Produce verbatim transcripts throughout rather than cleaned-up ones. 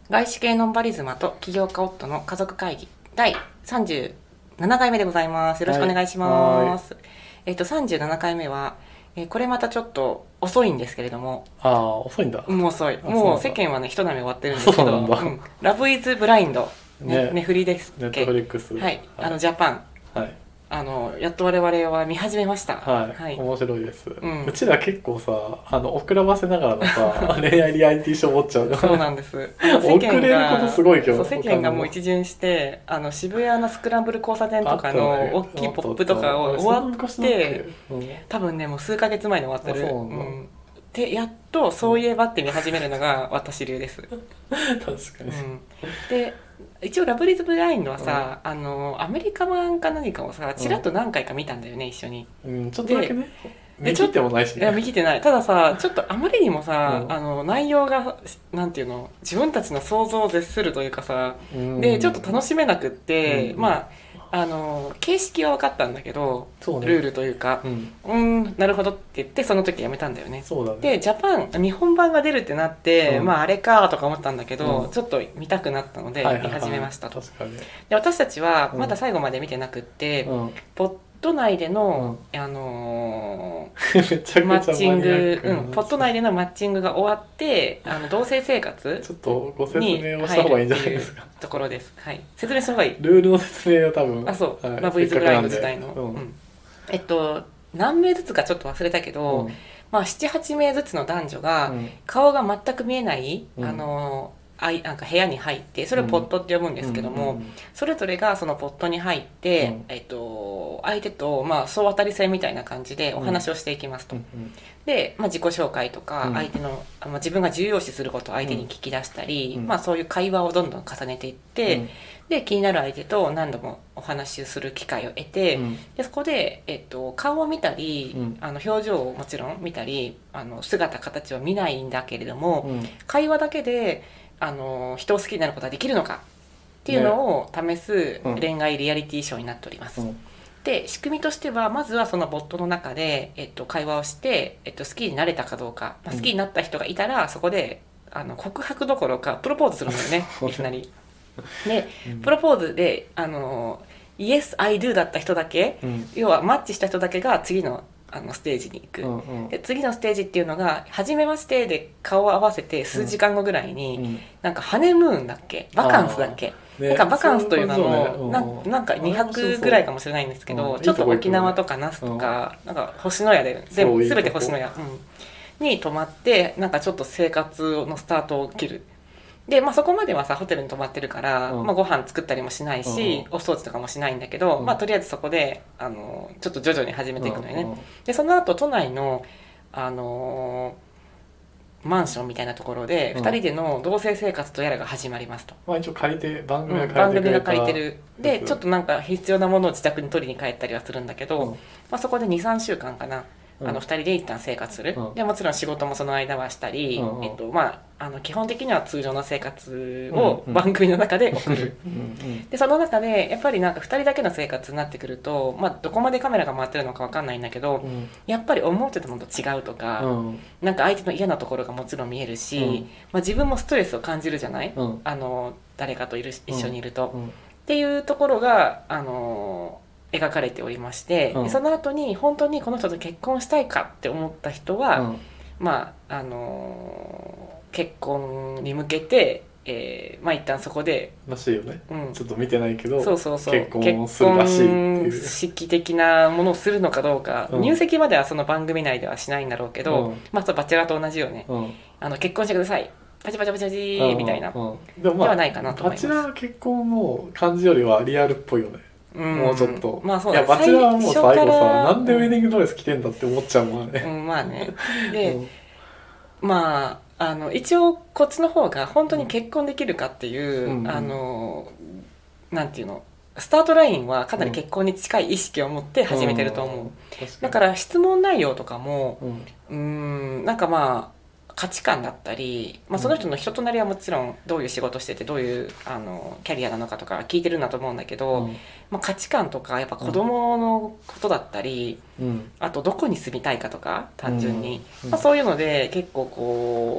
外資系ノンバリズマと起業家夫の家族会議だいさんじゅうななかいめでございます。よろしくお願いします。はい、えっとさんじゅうななかいめは、えー、これまたちょっと遅いんですけれども。 ああ、遅いんだ。 もう遅い。もう世間はね一波終わってるんですけど、うん、ラブイズブラインド、ね、ネフリですっけ。 ネットフリックス。 はい。あのジャパン。 はい。 あのやっと我々は見始めました。 はい。はい、面白いです、 うん。 うちら結構さ、あの遅らばせながらのさ恋愛リアリティショー持っちゃう。 そうなんです。 遅れることすごいけど。 世間がもう一巡して、あの渋谷のスクランブル交差点とかの大きいポップとかを終わって、多分ねもう数ヶ月前に終わってる。うん、でやっとそういえばって見始めるのが私流です。 確かに。 うん、で。一応ラブリズブラインドはさ、うん、あのアメリカ版か何かをさちらっと何回か見たんだよね、うん、一緒に、 うん、ちょっとだけね見切ってもないしね。 いや見切ってない。たださちょっとあまりにもさ、うん、あの内容がなんていうの自分たちの想像を絶するというかさ、うん、でちょっと楽しめなくって、うん、まああの形式は分かったんだけど、ね、ルールというかう、ん、んなるほどって言ってその時やめたんだよね。 そうだね。 でジャパン日本版が出るってなって、うん、まああれかとか思ったんだけど、うん、ちょっと見たくなったので見始めましたと。 確かに。 で私たちはまだ最後まで見てなくって、うん、ポット内での、うん、あのー、マッチング、うん、ポット内でのマッチングが終わってあの同棲生活ちょっとご説明をした方がいいんじゃないですか。 ところです。はい。説明した方がいい。 ルールの説明を多分。 あ、そう。はい、ラブイズブラインド自体の、うんうん。えっと何名ずつかちょっと忘れたけど、うん、まあななはちめいずつの男女が、うん、顔が全く見えない、うん、あのあいなんか部屋に入ってそれをポットって呼ぶんですけども、うん、それぞれがそのポットに入って、うん、えっと、相手と、まあ、総当たり戦みたいな感じでお話をしていきますと、うん、で、まあ、自己紹介とか相手の、うん、まあ、自分が重要視することを相手に聞き出したり、うん、まあ、そういう会話をどんどん重ねていって、うん、で気になる相手と何度もお話しする機会を得て、うん、でそこで、えっと、顔を見たり、うん、あの表情をもちろん見たりあの姿形は見ないんだけれども、うん、会話だけであの人を好きになることができるのかっていうのを試す恋愛リアリティショーになっております、うん、で仕組みとしてはまずはそのボットの中で、えっと、会話をして、えっと、好きになれたかどうか、まあ、好きになった人がいたら、うん、そこであの告白どころかプロポーズするんだよねいきなりで、うん、プロポーズであの Yes I do だった人だけ、うん、要はマッチした人だけが次のあのステージに行く、うんうん、で次のステージっていうのが初めましてで顔を合わせて数時間後ぐらいに、うん、なんかハネムーンだっけバカンスだっけ、ね、なんかバカンスというのも、ね、な, なんかにはくぐらいかもしれないんですけど、うん、ちょっと沖縄とか那須とか、うん、なんか星のやで全部全て星のや、うん、に泊まってなんかちょっと生活のスタートを切る。で、まあ、そこまではさホテルに泊まってるから、うん、まあ、ご飯作ったりもしないし、うん、お掃除とかもしないんだけど、うん、まあ、とりあえずそこであのちょっと徐々に始めていくのよね、うん、でその後都内の、あのー、マンションみたいなところで、うん、ふたりでの同棲生活とやらが始まりますと、 まあ、一応借りて番組が借りてくれた、 うん、番組が借りてるでちょっとなんか必要なものを自宅に取りに帰ったりはするんだけど、うん、まあ、そこで にさんしゅうかんかなあのふたりで一旦生活する、うん、でもちろん仕事もその間はしたり、うん、えっとまあ、あの基本的には通常の生活を番組の中で送る、うんうん、でその中でやっぱりなんかふたりだけの生活になってくると、まあ、どこまでカメラが回ってるのか分かんないんだけど、うん、やっぱり思ってたのと違うとか、うん、なんか相手の嫌なところがもちろん見えるし、うん、まあ、自分もストレスを感じるじゃない、うん、あの誰かといる一緒にいると、うんうん、っていうところがあの描かれておりまして、うん、その後に本当にこの人と結婚したいかって思った人は、うん、まああのー、結婚に向けて、えー、まあ一旦そこでらしいよね、うん、ちょっと見てないけどそうそうそう結婚するらしいっていう結婚式的なものをするのかどうか、うん、入籍まではその番組内ではしないんだろうけど、うん、まあそのバチェラーと同じよね、うん、あの結婚してくださいパチパチパチパチみたいな、うんうん、でもまあ、ではないかなと思います。 バチェラーの結婚も感じよりはリアルっぽいよね、うん、もうちょっと、 まあそうだね、 いやバチェラーはもう最後さなんでウェディングドレス着てんだって思っちゃうもんね、 うん、まあねで、うん、まああの一応こっちの方が本当に結婚できるかっていう、うん、あのなんていうのスタートラインはかなり結婚に近い意識を持って始めてると思う、うん、だから質問内容とかも、うん、うーんなんかまあ価値観だったり、まあ、その人の人となりはもちろんどういう仕事しててどういうあのキャリアなのかとか聞いてるんだと思うんだけど、うん、まあ、価値観とかやっぱ子供のことだったり、うん、あとどこに住みたいかとか単純に、うんうん、まあ、そういうので結構こ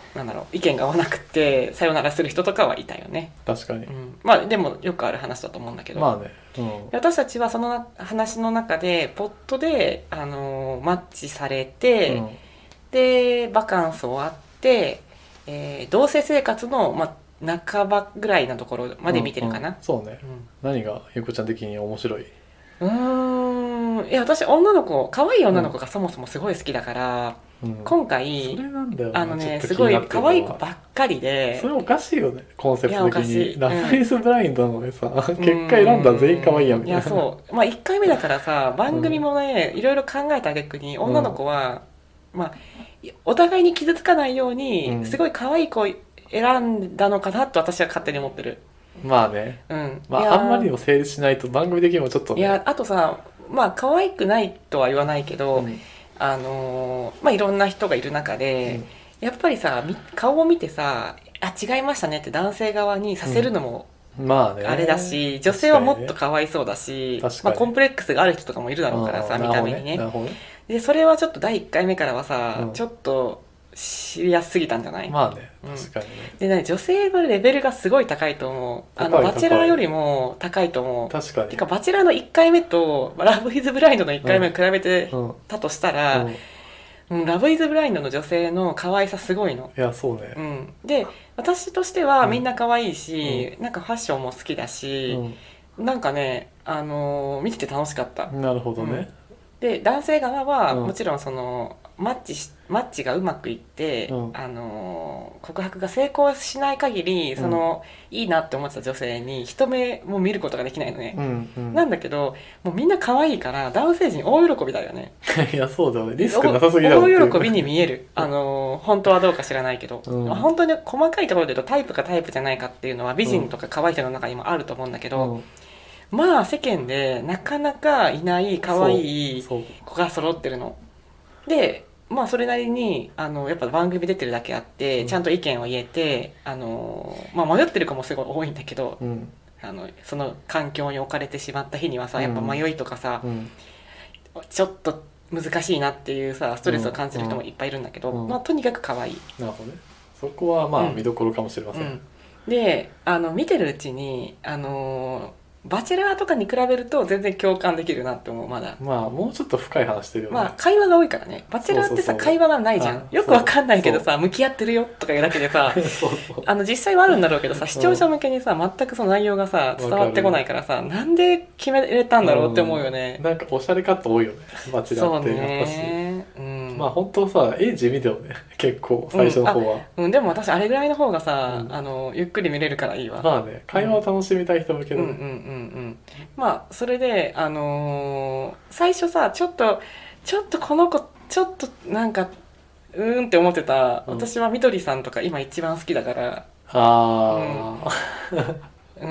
なんだろう意見が合わなくてさよならする人とかはいたよね。 確かに、 うん、まあでもよくある話だと思うんだけど、 まあね、うん、 私たちはその話の中でポットで、あのーマッチされて、うん、でバカンス終わって、えー、同棲生活の、まあ、半ばぐらいのところまで見てるかな、 うんうん、そうね、うん、何がゆうこちゃん的に面白い？ うーんいや私女の子可愛い女の子がそもそもすごい好きだから、うん、今回それなんだよ、ね、 あのねすごい可愛い子ばっかりでそれおかしいよねコンセプト的に。ラブイズブラインドのでさ、うん、結果選んだら全員可愛いやんみたいな。 いやそうまあいっかいめだからさ番組もね、うん、いろいろ考えた挙句に女の子は、うん、まあお互いに傷つかないように、うん、すごい可愛い子選んだのかなと私は勝手に思ってる。 まあね、 うんまあ、あんまりにも成立しないと番組的にもちょっと、ね、 いやあとさまあ可愛くないとは言わないけど、うん、あのー、まあいろんな人がいる中で、うん、やっぱりさ顔を見てさあ違いましたねって男性側にさせるのも、 うん、まあねあれだし女性はもっとかわいそうだし、まあ、コンプレックスがある人とかもいるだろうからさ見た目にね、 ねでそれはちょっとだいいっかいめからはさ、うん、ちょっと知りやすすぎたんじゃない？ まあね確かにね、 うん、でね女性のレベルがすごい高いと思う。あのバチェラーよりも高いと思う。 確かに。 てかバチェラーのいっかいめとラブイズブラインドのいっかいめを比べてたとしたら、うんうん、ラブイズブラインドの女性の可愛さすごいの。 いやそうね、 うん、で私としてはみんな可愛いし、うん、なんかファッションも好きだし、うん、なんかね、あのー、見てて楽しかった。 なるほどね、うん、で男性側はもちろんそのマッチしマッチがうまくいって、うん、あの告白が成功しない限りその、うん、いいなって思ってた女性に一目も見ることができないのね、うんうん、なんだけどもうみんな可愛いから男性陣大喜びだよねいやそうだよねリスクなさすぎだろ大喜びに見えるあの本当はどうか知らないけど、うんまあ、本当に細かいところで言うとタイプかタイプじゃないかっていうのは美人とか可愛い人の中にもあると思うんだけど、うんまあ世間でなかなかいない可愛い子が揃ってるのでまあそれなりにあのやっぱ番組出てるだけあって、うん、ちゃんと意見を言えてあの、まあ、迷ってる子もすごい多いんだけど、うん、あのその環境に置かれてしまった日にはさやっぱ迷いとかさ、うん、ちょっと難しいなっていうさストレスを感じる人もいっぱいいるんだけど、まあ、とにかく可愛い。 なるほどねそこはまあ見どころかもしれません、 であの見てるうちにあのバチェラーとかに比べると全然共感できるなって思うまだまあもうちょっと深い話してるよね。 まあ会話が多いからねバチェラーってさ会話がないじゃんよくわかんないけどさ向き合ってるよとかいうだけでさそうそうあの実際はあるんだろうけどさ視聴者向けにさ全くその内容がさ伝わってこないからさなんで決めれたんだろうって思うよね、 うん、なんかおしゃれカット多いよねバチェラーってやっぱし、ねうん、まあ本当さエイジ見てよね結構最初の方は、 うん、うん、でも私あれぐらいの方がさ、うん、あのゆっくり見れるからいいわ。 まあね会話を楽しみたい人向けだね、 うん、うんうんうんうんまあそれであのー、最初さちょっとちょっとこの子ちょっとなんかうーんって思ってた、うん、私はみどりさんとか今一番好きだからああ、うん、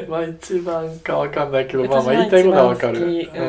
まあ一番か分かんないけどまあまあ言いたいことは分かる、 うん、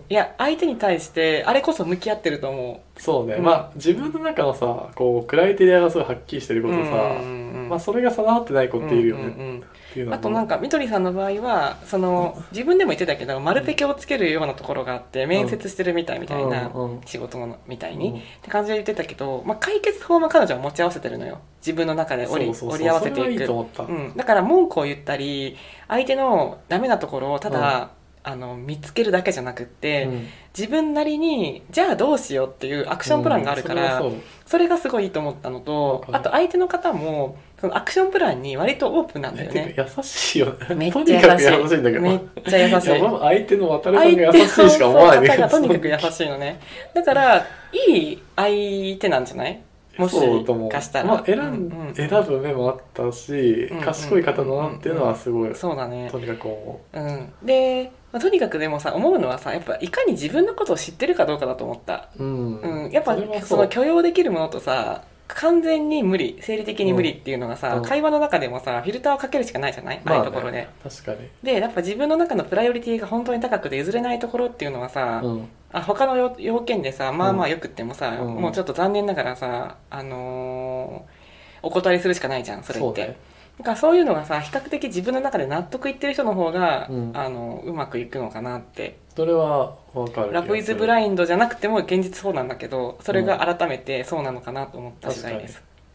いや相手に対してあれこそ向き合ってると思う。そうね、うん、まあ自分の中のさこうクライテリアがすごいはっきりしてることさ、うんうんうん、まあそれが定まってない子っているよね、うんうんうんあとなんかみどりさんの場合はその自分でも言ってたけど丸ペケをつけるようなところがあって面接してるみたいみたいな仕事のみたいにって感じで言ってたけど、まあ、解決法も彼女は持ち合わせてるのよ自分の中で折り、折り合わせていく。うん、だから文句を言ったり相手のダメなところをただ、うん、あの見つけるだけじゃなくって、うん、自分なりにじゃあどうしようっていうアクションプランがあるから、うん、そ, そ, それがすごいいいと思ったのとあと相手の方もそのアクションプランに割とオープンなんだよね。 優しいよね。 めっちゃ優しい。とにかく優しいんだけど。めっちゃ優しい。いや相手の渡辺さんが優しいしか思わないんだけど。 相手の方がとにかく優しいのね。だからいい相手なんじゃない？もしかしたら。 まあ、選, ん、うん、選ぶ目もあったし、うん、賢い方だなっていうのはすごい、うん、 そうだね。 とにかく思う。 うん、で、まあ、とにかくでもさ思うのはさやっぱいかに自分のことを知ってるかどうかだと思った。うんうん、やっぱ そ, その許容できるものとさ完全に無理生理的に無理っていうのがさ、うん、会話の中でもさフィルターをかけるしかないじゃない、まあね、ああいうところで確かにでやっぱ自分の中のプライオリティが本当に高くて譲れないところっていうのはさ、うん、あ他の要件でさまあまあよくってもさ、うん、もうちょっと残念ながらさ、あのー、お断りするしかないじゃんそれって。だからそういうのがさ比較的自分の中で納得いってる人の方が、うん、あのうまくいくのかなって。 それは分かる。 ラブイズブラインドじゃなくても現実そうなんだけどそれが改めてそうなのかなと思った次第です、う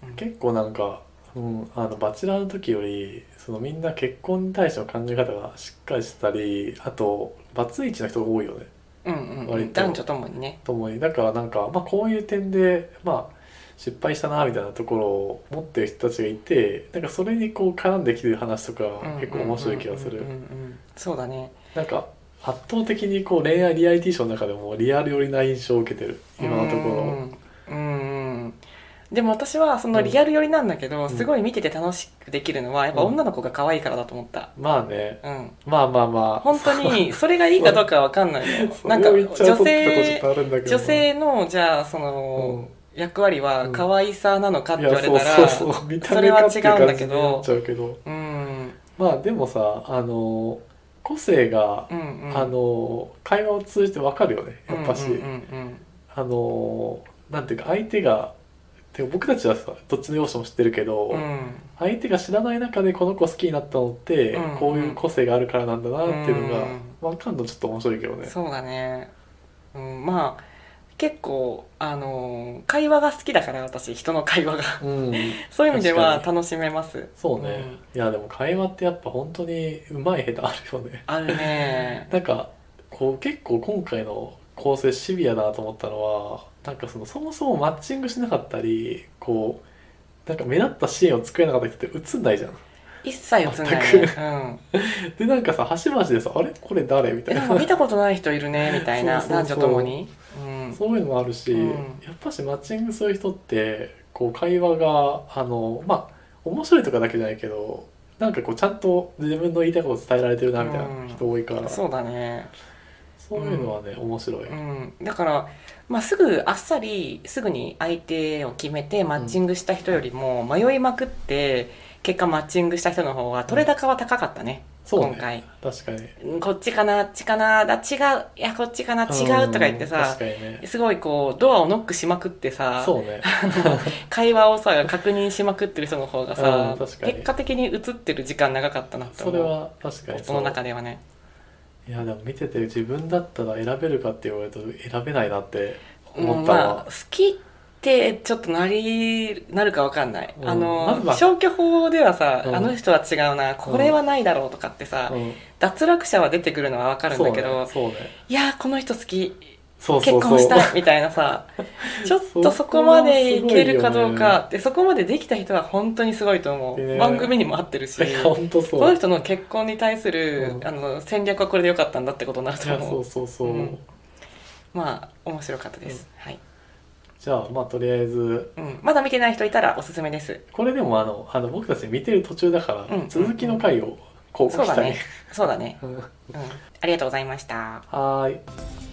うん、 結構なんか、うん、あのバチェラーの時よりそのみんな結婚に対しての考え方がしっかりしてたり、あとバツイチの人が多いよね。 うんうんうん、 割と男女ともにね。 ともにだからなんか、まあ、こういう点でまあ失敗したなみたいなところを持ってる人たちがいて、なんかそれにこう絡んできてる話とか結構面白い気がする。 そうだね。 なんか圧倒的にこう恋愛リアリティショーの中でもリアル寄りな印象を受けてる今のところ。 うんうん、でも私はそのリアル寄りなんだけど、うん、すごい見てて楽しくできるのはやっぱ女の子が可愛いからだと思った。 うん、まあね、 うん、 まあまあまあ本当にそれがいいかどうかは分かんないよ。なんか女性女性のじゃあその、うん役割は可愛さなのかって言われたら、それは違うんだけど、 うん、まあでもさ、あの個性が、うんうん、あの会話を通じて分かるよねやっぱし、うんうんうんうん、あのなんていうか相手がてか僕たちはさどっちの要素も知ってるけど、うん、相手が知らない中でこの子好きになったのって、うんうん、こういう個性があるからなんだなっていうのが、うん、分かるのちょっと面白いけどね。 そうだね、うん、まあ結構あの会話が好きだから私人の会話が、うん、そういう意味では楽しめます。 そうね、うん、いやでも会話ってやっぱ本当にうまい下手あるよね。 あるねなんかこう結構今回の構成シビアだなと思ったのは、なんかそのそもそもマッチングしなかったりこうなんか目立ったシーンを作れなかった人って映んないじゃん。 一切映んないね、 うん、でなんかさ端々でさあれこれ誰みたいな、 でも見たことない人いるねみたいな男女ともに、 うん、そういうのもあるし、うん、やっぱしマッチングする人ってこう会話があのまあ面白いとかだけじゃないけどなんかこうちゃんと自分の言いたいことを伝えられてるなみたいな人多いから、うん、 そうだね、 そういうのはね、うん、面白い、 うん、だから、まあ、すぐあっさりすぐに相手を決めてマッチングした人よりも迷いまくって結果マッチングした人の方が取れ高は高かったね、うん、今回。 確かにこっちかなあっちかなだ違ういやこっちかな違うとか言ってさ、ね、すごいこうドアをノックしまくってさ、 そうね会話をさ確認しまくってる人の方がさ結果的に映ってる時間長かったなって思う。 それは確かにその中ではね。 いやでも見てて自分だったら選べるかって言われると選べないなって思ったわ、 うんまあ、好きってちょっとなりなるか分かんない、うん、あの、まあ、消去法ではさ、うん、あの人は違うなこれはないだろうとかってさ、うん、脱落者は出てくるのは分かるんだけど、 そうねそうね、 いやこの人好きそうそうそう結婚したいみたいなさちょっとそこまでいけるかどうかって そ, 、ね、そこまでできた人は本当にすごいと思う、ね、番組にも合ってるし本当そうこの人の結婚に対する、うん、あの戦略はこれでよかったんだってことになると思う。 そうそうそう、うん、 まあ面白かったです、うん、はい。 じゃあまあとりあえず、 うん、まだ見てない人いたらおすすめです。 これでもあのあの僕たち見てる途中だから、うん、続きの回を交互したい、 そうだねそうだね、うん、ありがとうございました。 はい。